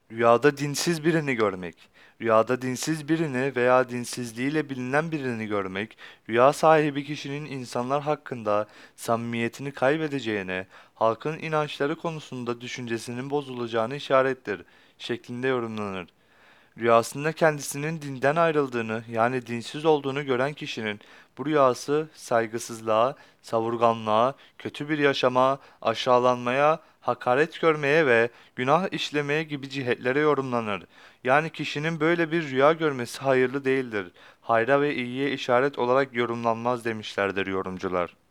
Rüyada dinsiz birini görmek. Rüyada dinsiz birini veya dinsizliğiyle bilinen birini görmek, rüya sahibi kişinin insanlar hakkında samimiyetini kaybedeceğine, halkın inançları konusunda düşüncesinin bozulacağını işarettir şeklinde yorumlanır. Rüyasında kendisinin dinden ayrıldığını yani dinsiz olduğunu gören kişinin bu rüyası saygısızlığa, savurganlığa, kötü bir yaşama, aşağılanmaya, hakaret görmeye ve günah işlemeye gibi cihetlere yorumlanır. Yani kişinin böyle bir rüya görmesi hayırlı değildir. Hayra ve iyiye işaret olarak yorumlanmaz demişlerdir yorumcular.